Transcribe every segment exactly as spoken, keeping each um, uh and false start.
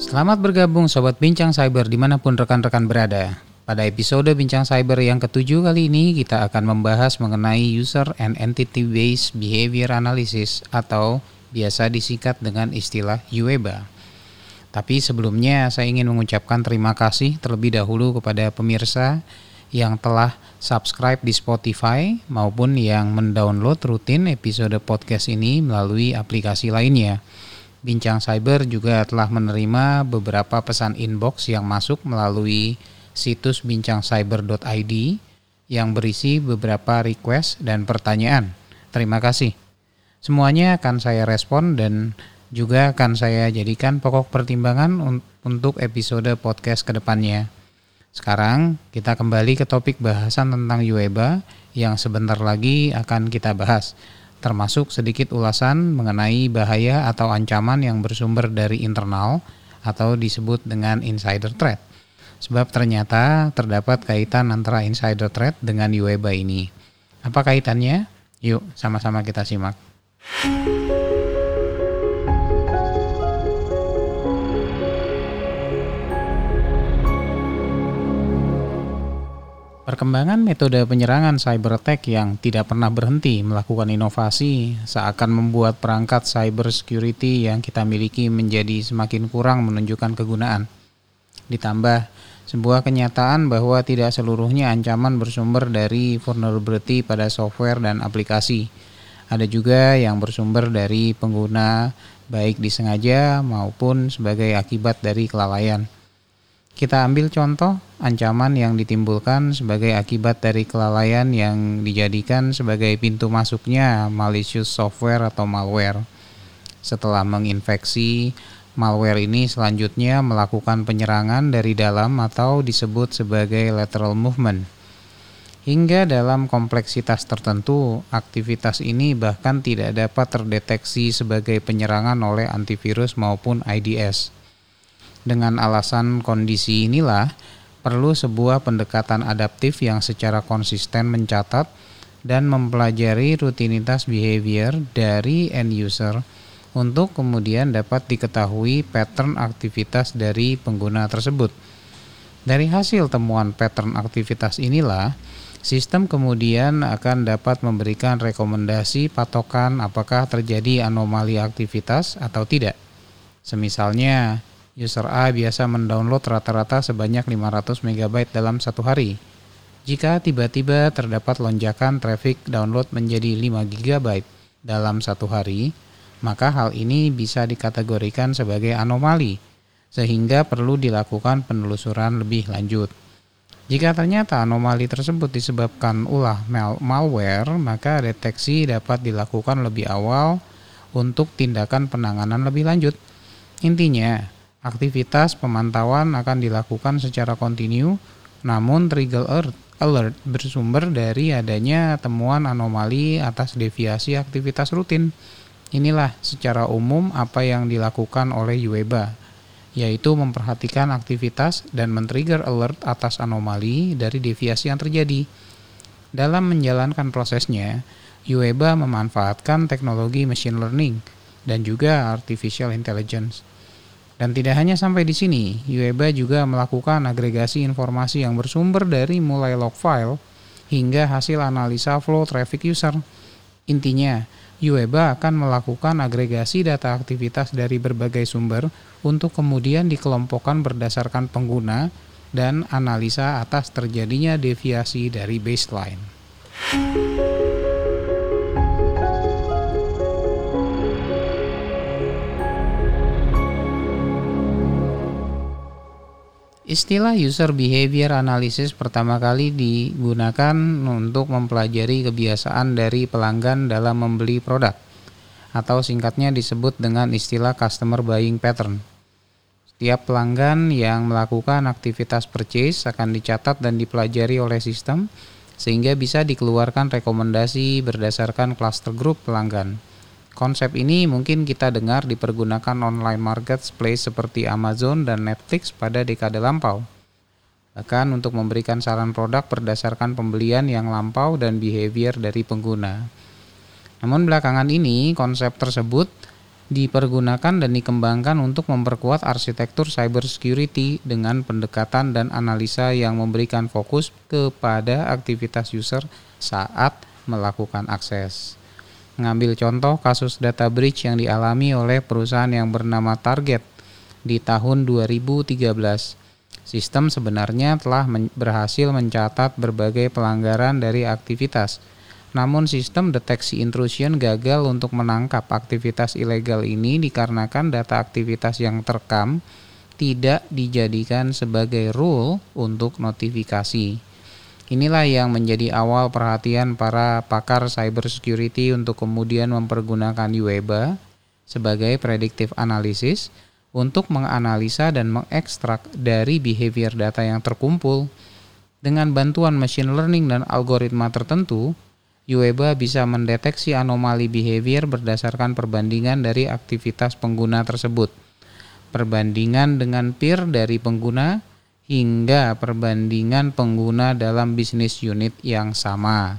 Selamat bergabung Sobat Bincang Cyber dimanapun rekan-rekan berada. Pada episode Bincang Cyber yang ketujuh kali ini kita akan membahas mengenai User and Entity Based Behavior Analysis atau biasa disingkat dengan istilah U E B A. Tapi sebelumnya saya ingin mengucapkan terima kasih terlebih dahulu kepada pemirsa yang telah subscribe di Spotify maupun yang mendownload rutin episode podcast ini melalui aplikasi lainnya. Bincang Cyber juga telah menerima beberapa pesan inbox yang masuk melalui situs bincang cyber dot i d yang berisi beberapa request dan pertanyaan. Terima kasih. Semuanya akan saya respon dan juga akan saya jadikan pokok pertimbangan un- untuk episode podcast ke depannya. Sekarang kita kembali ke topik bahasan tentang U E B A yang sebentar lagi akan kita bahas, termasuk sedikit ulasan mengenai bahaya atau ancaman yang bersumber dari internal atau disebut dengan insider threat. Sebab ternyata terdapat kaitan antara insider threat dengan U E B A ini. Apa kaitannya? Yuk sama-sama kita simak. Perkembangan metode penyerangan cyber attack yang tidak pernah berhenti melakukan inovasi seakan membuat perangkat cyber security yang kita miliki menjadi semakin kurang menunjukkan kegunaan. Ditambah sebuah kenyataan bahwa tidak seluruhnya ancaman bersumber dari vulnerability pada software dan aplikasi. Ada juga yang bersumber dari pengguna baik disengaja maupun sebagai akibat dari kelalaian. Kita ambil contoh ancaman yang ditimbulkan sebagai akibat dari kelalaian yang dijadikan sebagai pintu masuknya malicious software atau malware. Setelah menginfeksi, malware ini selanjutnya melakukan penyerangan dari dalam atau disebut sebagai lateral movement. Hingga dalam kompleksitas tertentu, aktivitas ini bahkan tidak dapat terdeteksi sebagai penyerangan oleh antivirus maupun I D S. Dengan alasan kondisi inilah, perlu sebuah pendekatan adaptif yang secara konsisten mencatat dan mempelajari rutinitas behavior dari end user untuk kemudian dapat diketahui pattern aktivitas dari pengguna tersebut. Dari hasil temuan pattern aktivitas inilah, sistem kemudian akan dapat memberikan rekomendasi patokan apakah terjadi anomali aktivitas atau tidak. Semisalnya, user A biasa mendownload rata-rata sebanyak lima ratus megabyte dalam satu hari. Jika tiba-tiba terdapat lonjakan traffic download menjadi lima gigabyte dalam satu hari, maka hal ini bisa dikategorikan sebagai anomali, sehingga perlu dilakukan penelusuran lebih lanjut. Jika ternyata anomali tersebut disebabkan ulah mal- malware, maka deteksi dapat dilakukan lebih awal untuk tindakan penanganan lebih lanjut. Intinya, aktivitas pemantauan akan dilakukan secara kontinu, namun trigger alert, alert bersumber dari adanya temuan anomali atas deviasi aktivitas rutin. Inilah secara umum apa yang dilakukan oleh U E B A, yaitu memperhatikan aktivitas dan men-trigger alert atas anomali dari deviasi yang terjadi. Dalam menjalankan prosesnya, U E B A memanfaatkan teknologi machine learning dan juga artificial intelligence. Dan tidak hanya sampai di sini, U E B A juga melakukan agregasi informasi yang bersumber dari mulai log file hingga hasil analisa flow traffic user. Intinya, U E B A akan melakukan agregasi data aktivitas dari berbagai sumber untuk kemudian dikelompokkan berdasarkan pengguna dan analisa atas terjadinya deviasi dari baseline. Istilah user behavior analysis pertama kali digunakan untuk mempelajari kebiasaan dari pelanggan dalam membeli produk, atau singkatnya disebut dengan istilah customer buying pattern. Setiap pelanggan yang melakukan aktivitas purchase akan dicatat dan dipelajari oleh sistem, sehingga bisa dikeluarkan rekomendasi berdasarkan cluster group pelanggan. Konsep ini mungkin kita dengar dipergunakan online marketplace seperti Amazon dan Netflix pada dekade lampau. Bahkan untuk memberikan saran produk berdasarkan pembelian yang lampau dan behavior dari pengguna. Namun belakangan ini konsep tersebut dipergunakan dan dikembangkan untuk memperkuat arsitektur cybersecurity dengan pendekatan dan analisa yang memberikan fokus kepada aktivitas user saat melakukan akses. Mengambil contoh kasus data breach yang dialami oleh perusahaan yang bernama Target di tahun dua ribu tiga belas. Sistem sebenarnya telah men- berhasil mencatat berbagai pelanggaran dari aktivitas. Namun sistem deteksi intrusion gagal untuk menangkap aktivitas ilegal ini dikarenakan data aktivitas yang terekam tidak dijadikan sebagai rule untuk notifikasi. Inilah yang menjadi awal perhatian para pakar cybersecurity untuk kemudian mempergunakan U E B A sebagai predictive analysis untuk menganalisa dan mengekstrak dari behavior data yang terkumpul. Dengan bantuan machine learning dan algoritma tertentu, U E B A bisa mendeteksi anomali behavior berdasarkan perbandingan dari aktivitas pengguna tersebut, perbandingan dengan peer dari pengguna, hingga perbandingan pengguna dalam bisnis unit yang sama.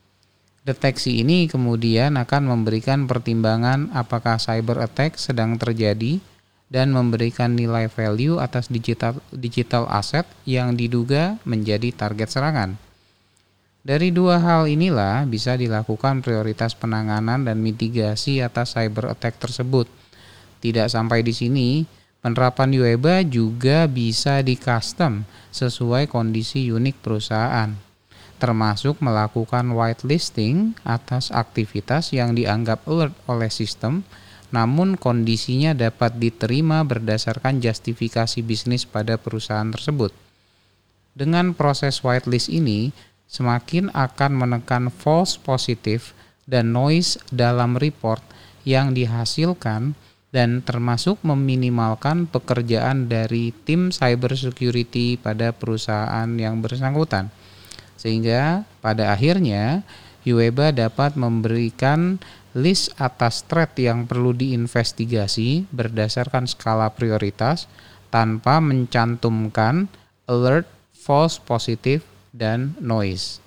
Deteksi ini kemudian akan memberikan pertimbangan apakah cyber attack sedang terjadi dan memberikan nilai value atas digital, digital asset yang diduga menjadi target serangan. Dari dua hal inilah bisa dilakukan prioritas penanganan dan mitigasi atas cyber attack tersebut. Tidak sampai di sini, penerapan U E B A juga bisa di-custom sesuai kondisi unik perusahaan, termasuk melakukan whitelisting atas aktivitas yang dianggap alert oleh sistem, namun kondisinya dapat diterima berdasarkan justifikasi bisnis pada perusahaan tersebut. Dengan proses whitelist ini, semakin akan menekan false positive dan noise dalam report yang dihasilkan dan termasuk meminimalkan pekerjaan dari tim cybersecurity pada perusahaan yang bersangkutan. Sehingga pada akhirnya U E B A dapat memberikan list atas threat yang perlu diinvestigasi berdasarkan skala prioritas tanpa mencantumkan alert, false positive, dan noise.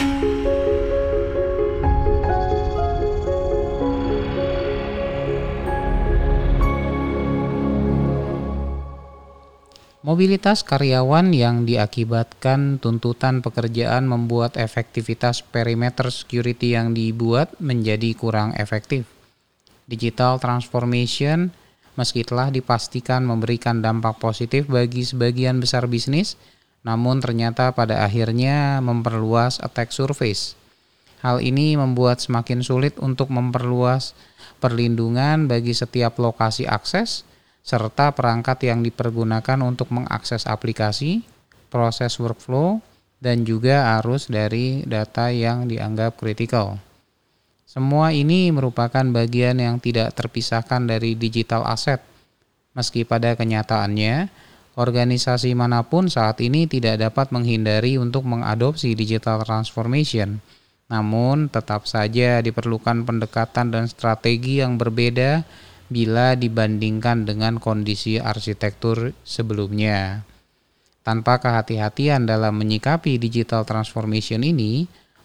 Mobilitas karyawan yang diakibatkan tuntutan pekerjaan membuat efektivitas perimeter security yang dibuat menjadi kurang efektif. Digital transformation, meski telah dipastikan memberikan dampak positif bagi sebagian besar bisnis, namun ternyata pada akhirnya memperluas attack surface. Hal ini membuat semakin sulit untuk memperluas perlindungan bagi setiap lokasi akses, serta perangkat yang dipergunakan untuk mengakses aplikasi, proses workflow, dan juga arus dari data yang dianggap kritikal. Semua ini merupakan bagian yang tidak terpisahkan dari digital asset, meski pada kenyataannya, organisasi manapun saat ini tidak dapat menghindari untuk mengadopsi digital transformation. Namun, tetap saja diperlukan pendekatan dan strategi yang berbeda bila dibandingkan dengan kondisi arsitektur sebelumnya. Tanpa kehati-hatian dalam menyikapi digital transformation ini,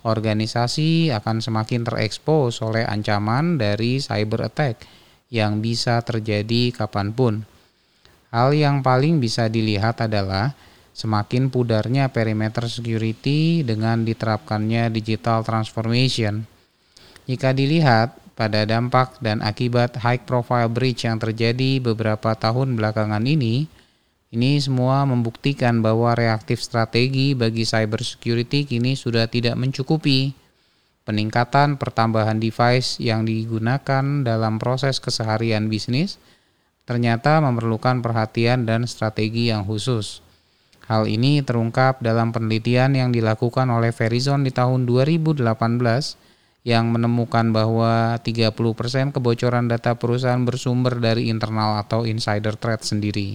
organisasi akan semakin terekspos oleh ancaman dari cyber attack yang bisa terjadi kapanpun. Hal yang paling bisa dilihat adalah semakin pudarnya perimeter security dengan diterapkannya digital transformation. Jika dilihat pada dampak dan akibat high profile breach yang terjadi beberapa tahun belakangan ini, ini semua membuktikan bahwa reaktif strategi bagi cybersecurity kini sudah tidak mencukupi. Peningkatan pertambahan device yang digunakan dalam proses keseharian bisnis ternyata memerlukan perhatian dan strategi yang khusus. Hal ini terungkap dalam penelitian yang dilakukan oleh Verizon di tahun dua ribu delapan belas yang menemukan bahwa tiga puluh persen kebocoran data perusahaan bersumber dari internal atau insider threat sendiri.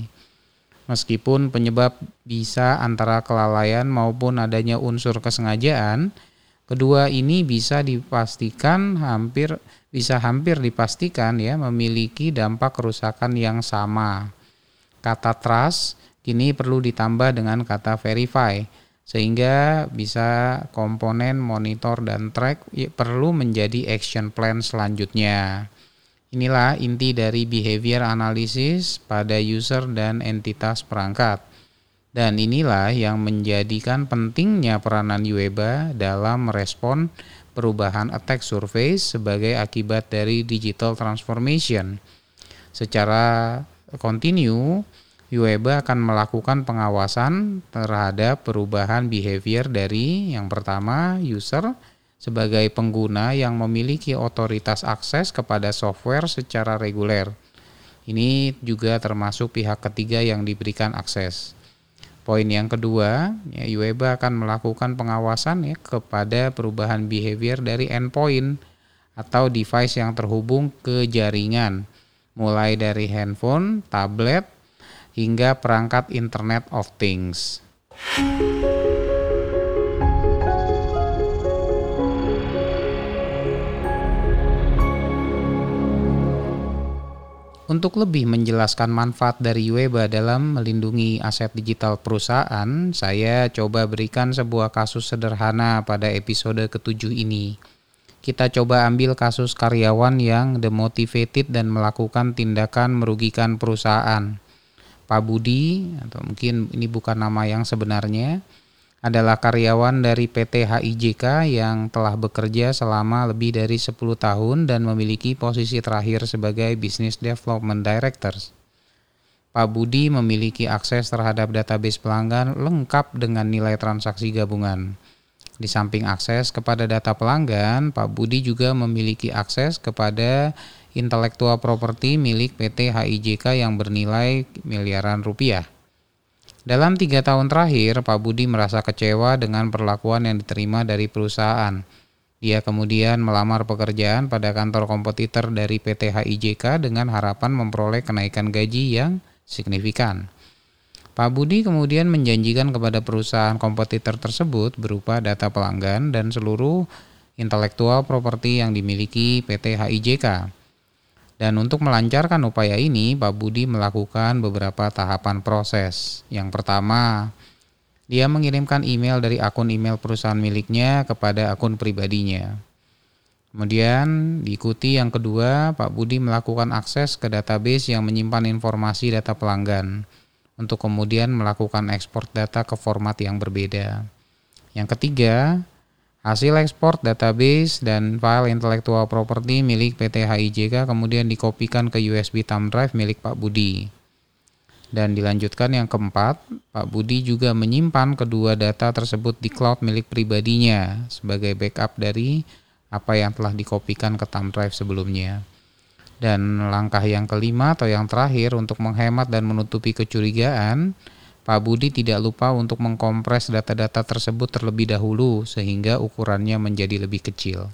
Meskipun penyebab bisa antara kelalaian maupun adanya unsur kesengajaan, kedua ini bisa dipastikan hampir bisa hampir dipastikan ya memiliki dampak kerusakan yang sama. Kata trust kini perlu ditambah dengan kata verify, sehingga bisa komponen monitor dan track perlu menjadi action plan selanjutnya. Inilah inti dari behavior analysis pada user dan entitas perangkat. Dan inilah yang menjadikan pentingnya peranan U E B A dalam merespon perubahan attack surface sebagai akibat dari digital transformation. Secara kontinu, U E B A akan melakukan pengawasan terhadap perubahan behavior dari yang pertama user sebagai pengguna yang memiliki otoritas akses kepada software secara reguler. Ini juga termasuk pihak ketiga yang diberikan akses. Poin yang kedua, ya, U E B A akan melakukan pengawasan ya, kepada perubahan behavior dari endpoint atau device yang terhubung ke jaringan, mulai dari handphone, tablet, hingga perangkat Internet of Things. Untuk lebih menjelaskan manfaat dari U E B A dalam melindungi aset digital perusahaan, saya coba berikan sebuah kasus sederhana pada episode ketujuh ini. Kita coba ambil kasus karyawan yang demotivated dan melakukan tindakan merugikan perusahaan. Pak Budi, atau mungkin ini bukan nama yang sebenarnya, adalah karyawan dari P T H I J K yang telah bekerja selama lebih dari sepuluh tahun dan memiliki posisi terakhir sebagai Business Development Director. Pak Budi memiliki akses terhadap database pelanggan lengkap dengan nilai transaksi gabungan. Di samping akses kepada data pelanggan, Pak Budi juga memiliki akses kepada intelektual properti milik P T H I J K yang bernilai miliaran rupiah. Dalam tiga tahun terakhir, Pak Budi merasa kecewa dengan perlakuan yang diterima dari perusahaan. Dia kemudian melamar pekerjaan pada kantor kompetitor dari P T H I J K dengan harapan memperoleh kenaikan gaji yang signifikan. Pak Budi kemudian menjanjikan kepada perusahaan kompetitor tersebut berupa data pelanggan dan seluruh intelektual properti yang dimiliki P T H I J K. Dan untuk melancarkan upaya ini, Pak Budi melakukan beberapa tahapan proses. Yang pertama, dia mengirimkan email dari akun email perusahaan miliknya kepada akun pribadinya. Kemudian diikuti yang kedua, Pak Budi melakukan akses ke database yang menyimpan informasi data pelanggan untuk kemudian melakukan ekspor data ke format yang berbeda. Yang ketiga, hasil ekspor database dan file intellectual property milik P T H I J K kemudian dikopikan ke U S B thumb drive milik Pak Budi. Dan dilanjutkan yang keempat, Pak Budi juga menyimpan kedua data tersebut di cloud milik pribadinya sebagai backup dari apa yang telah dikopikan ke thumb drive sebelumnya. Dan langkah yang kelima atau yang terakhir untuk menghemat dan menutupi kecurigaan, Pak Budi tidak lupa untuk mengkompres data-data tersebut terlebih dahulu sehingga ukurannya menjadi lebih kecil.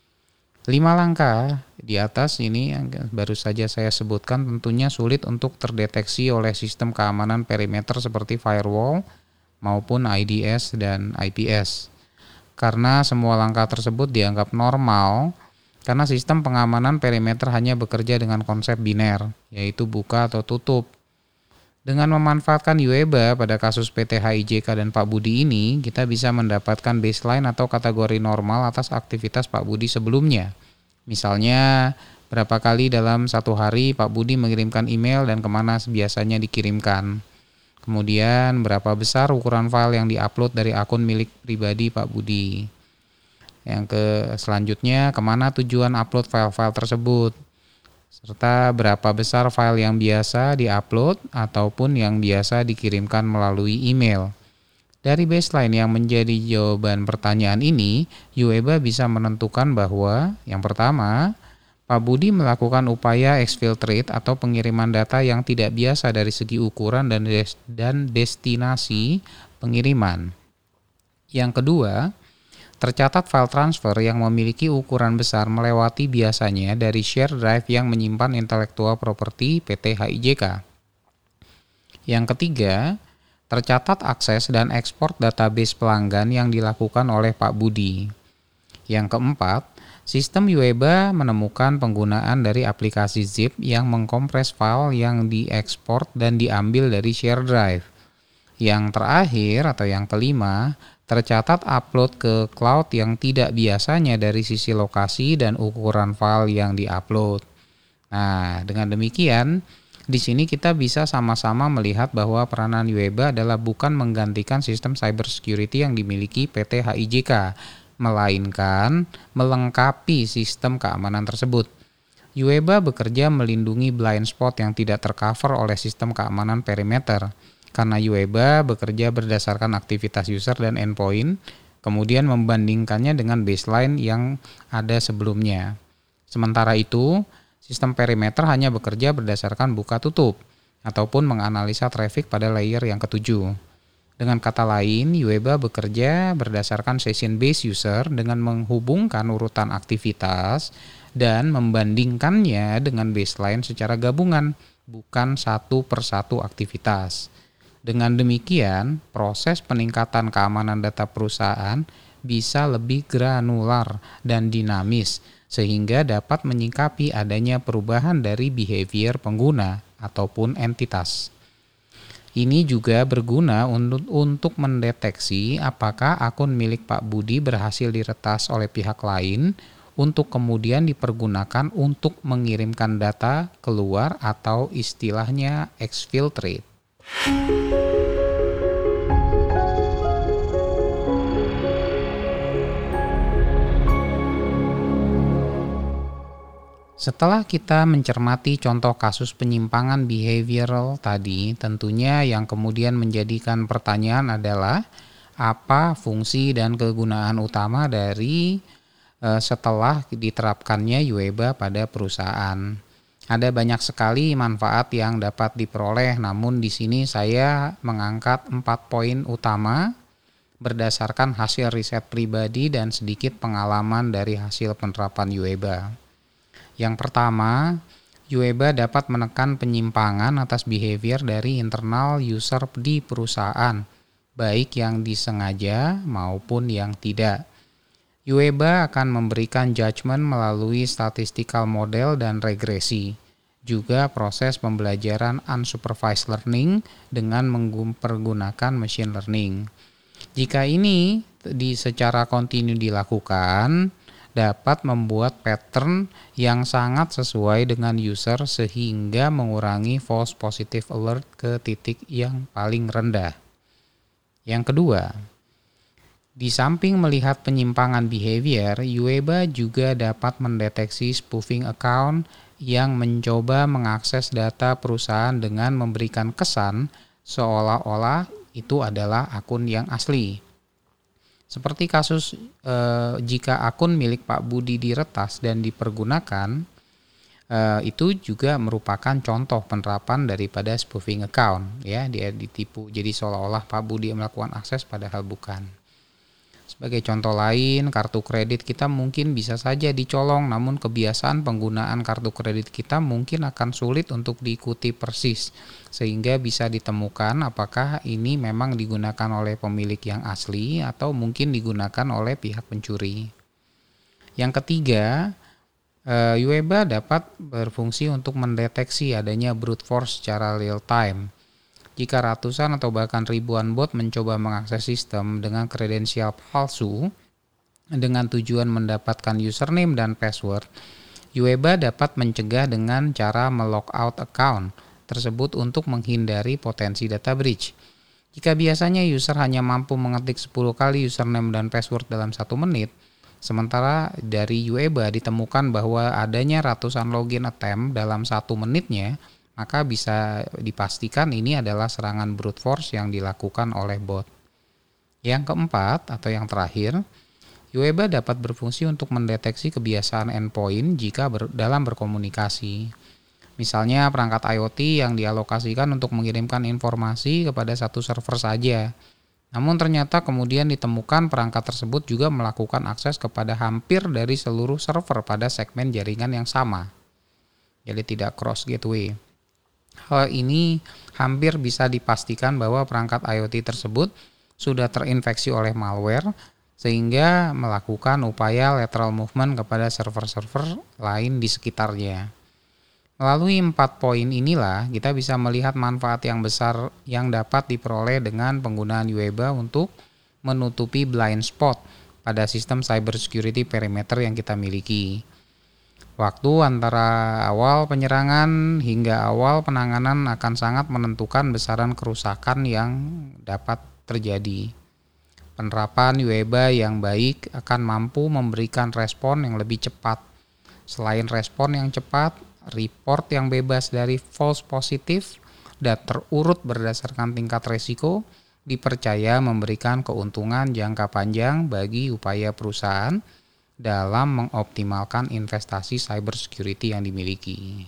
Lima langkah di atas ini yang baru saja saya sebutkan tentunya sulit untuk terdeteksi oleh sistem keamanan perimeter seperti firewall maupun I D S dan I P S. Karena semua langkah tersebut dianggap normal karena sistem pengamanan perimeter hanya bekerja dengan konsep biner, yaitu buka atau tutup. Dengan memanfaatkan U E B A pada kasus P T H I J K dan Pak Budi ini, kita bisa mendapatkan baseline atau kategori normal atas aktivitas Pak Budi sebelumnya. Misalnya, berapa kali dalam satu hari Pak Budi mengirimkan email dan kemana biasanya dikirimkan. Kemudian, berapa besar ukuran file yang diupload dari akun milik pribadi Pak Budi. Yang ke selanjutnya, kemana tujuan upload file-file tersebut. Serta berapa besar file yang biasa diupload ataupun yang biasa dikirimkan melalui email. Dari baseline yang menjadi jawaban pertanyaan ini, U E B A bisa menentukan bahwa yang pertama, Pak Budi melakukan upaya exfiltrate atau pengiriman data yang tidak biasa dari segi ukuran dan des- dan destinasi pengiriman. Yang kedua, tercatat file transfer yang memiliki ukuran besar melewati biasanya dari share drive yang menyimpan intellectual property P T H I J K. Yang ketiga, tercatat akses dan ekspor database pelanggan yang dilakukan oleh Pak Budi. Yang keempat, sistem U E B A menemukan penggunaan dari aplikasi zip yang mengkompres file yang diekspor dan diambil dari share drive. Yang terakhir atau yang kelima, tercatat upload ke cloud yang tidak biasanya dari sisi lokasi dan ukuran file yang diupload. Nah, dengan demikian, di sini kita bisa sama-sama melihat bahwa peranan UEBA adalah bukan menggantikan sistem cybersecurity yang dimiliki P T H I J K, melainkan melengkapi sistem keamanan tersebut. UEBA bekerja melindungi blind spot yang tidak tercover oleh sistem keamanan perimeter, karena UEBA bekerja berdasarkan aktivitas user dan endpoint, kemudian membandingkannya dengan baseline yang ada sebelumnya. Sementara itu, sistem perimeter hanya bekerja berdasarkan buka tutup ataupun menganalisa traffic pada layer yang ketujuh. Dengan kata lain, UEBA bekerja berdasarkan session based user dengan menghubungkan urutan aktivitas dan membandingkannya dengan baseline secara gabungan, bukan satu persatu aktivitas. Dengan demikian, proses peningkatan keamanan data perusahaan bisa lebih granular dan dinamis, sehingga dapat menyikapi adanya perubahan dari behavior pengguna ataupun entitas. Ini juga berguna untuk, untuk mendeteksi apakah akun milik Pak Budi berhasil diretas oleh pihak lain untuk kemudian dipergunakan untuk mengirimkan data keluar atau istilahnya exfiltrate. Setelah kita mencermati contoh kasus penyimpangan behavioral tadi, tentunya yang kemudian menjadikan pertanyaan adalah apa fungsi dan kegunaan utama dari e, setelah diterapkannya UEBA pada perusahaan. Ada banyak sekali manfaat yang dapat diperoleh, namun di sini saya mengangkat empat poin utama berdasarkan hasil riset pribadi dan sedikit pengalaman dari hasil penerapan UEBA. Yang pertama, UEBA dapat menekan penyimpangan atas behavior dari internal user di perusahaan, baik yang disengaja maupun yang tidak. UEBA akan memberikan judgement melalui statistical model dan regresi, juga proses pembelajaran unsupervised learning dengan mempergunakan machine learning. Jika ini di secara kontinu dilakukan, dapat membuat pattern yang sangat sesuai dengan user sehingga mengurangi false positive alert ke titik yang paling rendah. Yang kedua, di samping melihat penyimpangan behavior, UEBA juga dapat mendeteksi spoofing account yang mencoba mengakses data perusahaan dengan memberikan kesan seolah-olah itu adalah akun yang asli. Seperti kasus e, jika akun milik Pak Budi diretas dan dipergunakan, e, itu juga merupakan contoh penerapan daripada spoofing account, ya, dia ditipu. Jadi seolah-olah Pak Budi melakukan akses padahal bukan. Sebagai contoh lain, kartu kredit kita mungkin bisa saja dicolong, namun kebiasaan penggunaan kartu kredit kita mungkin akan sulit untuk diikuti persis, sehingga bisa ditemukan apakah ini memang digunakan oleh pemilik yang asli atau mungkin digunakan oleh pihak pencuri. Yang ketiga, UEBA dapat berfungsi untuk mendeteksi adanya brute force secara real time. Jika ratusan atau bahkan ribuan bot mencoba mengakses sistem dengan kredensial palsu dengan tujuan mendapatkan username dan password, UEBA dapat mencegah dengan cara melogout account tersebut untuk menghindari potensi data breach. Jika biasanya user hanya mampu mengetik sepuluh kali username dan password dalam satu menit, sementara dari UEBA ditemukan bahwa adanya ratusan login attempt dalam satu menitnya, maka bisa dipastikan ini adalah serangan brute force yang dilakukan oleh bot. Yang keempat atau yang terakhir, UEBA dapat berfungsi untuk mendeteksi kebiasaan endpoint jika ber, dalam berkomunikasi. Misalnya perangkat IoT yang dialokasikan untuk mengirimkan informasi kepada satu server saja. Namun ternyata kemudian ditemukan perangkat tersebut juga melakukan akses kepada hampir dari seluruh server pada segmen jaringan yang sama. Jadi tidak cross gateway. Hal ini hampir bisa dipastikan bahwa perangkat IoT tersebut sudah terinfeksi oleh malware sehingga melakukan upaya lateral movement kepada server-server lain di sekitarnya. Melalui empat poin inilah kita bisa melihat manfaat yang besar yang dapat diperoleh dengan penggunaan UEBA untuk menutupi blind spot pada sistem cybersecurity perimeter yang kita miliki. Waktu antara awal penyerangan hingga awal penanganan akan sangat menentukan besaran kerusakan yang dapat terjadi. Penerapan U E B A yang baik akan mampu memberikan respon yang lebih cepat. Selain respon yang cepat, report yang bebas dari false positif dan terurut berdasarkan tingkat resiko dipercaya memberikan keuntungan jangka panjang bagi upaya perusahaan dalam mengoptimalkan investasi cybersecurity yang dimiliki.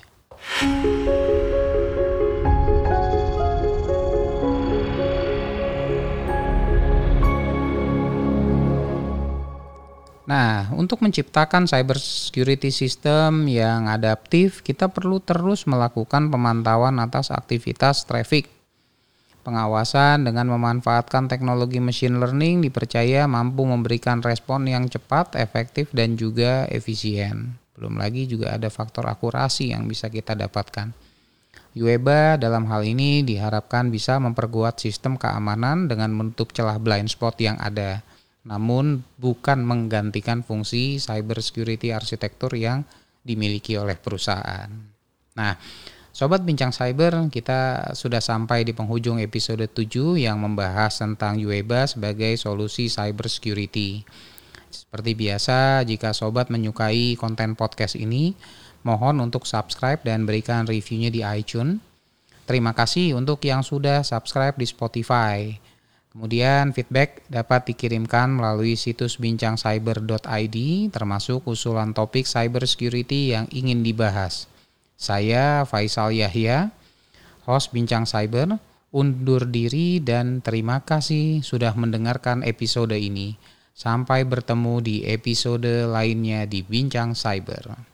Nah, untuk menciptakan cybersecurity system yang adaptif, kita perlu terus melakukan pemantauan atas aktivitas traffic. Pengawasan dengan memanfaatkan teknologi machine learning dipercaya mampu memberikan respon yang cepat, efektif, dan juga efisien. Belum lagi juga ada faktor akurasi yang bisa kita dapatkan. U E B A dalam hal ini diharapkan bisa memperkuat sistem keamanan dengan menutup celah blind spot yang ada, namun bukan menggantikan fungsi cybersecurity arsitektur yang dimiliki oleh perusahaan. Nah, Sobat Bincang Cyber, kita sudah sampai di penghujung episode tujuh yang membahas tentang U E B A sebagai solusi cybersecurity. Seperti biasa, jika Sobat menyukai konten podcast ini, mohon untuk subscribe dan berikan reviewnya di iTunes. Terima kasih untuk yang sudah subscribe di Spotify. Kemudian feedback dapat dikirimkan melalui situs bincang cyber dot i d termasuk usulan topik cybersecurity yang ingin dibahas. Saya Faisal Yahya, host Bincang Cyber, undur diri dan terima kasih sudah mendengarkan episode ini. Sampai bertemu di episode lainnya di Bincang Cyber.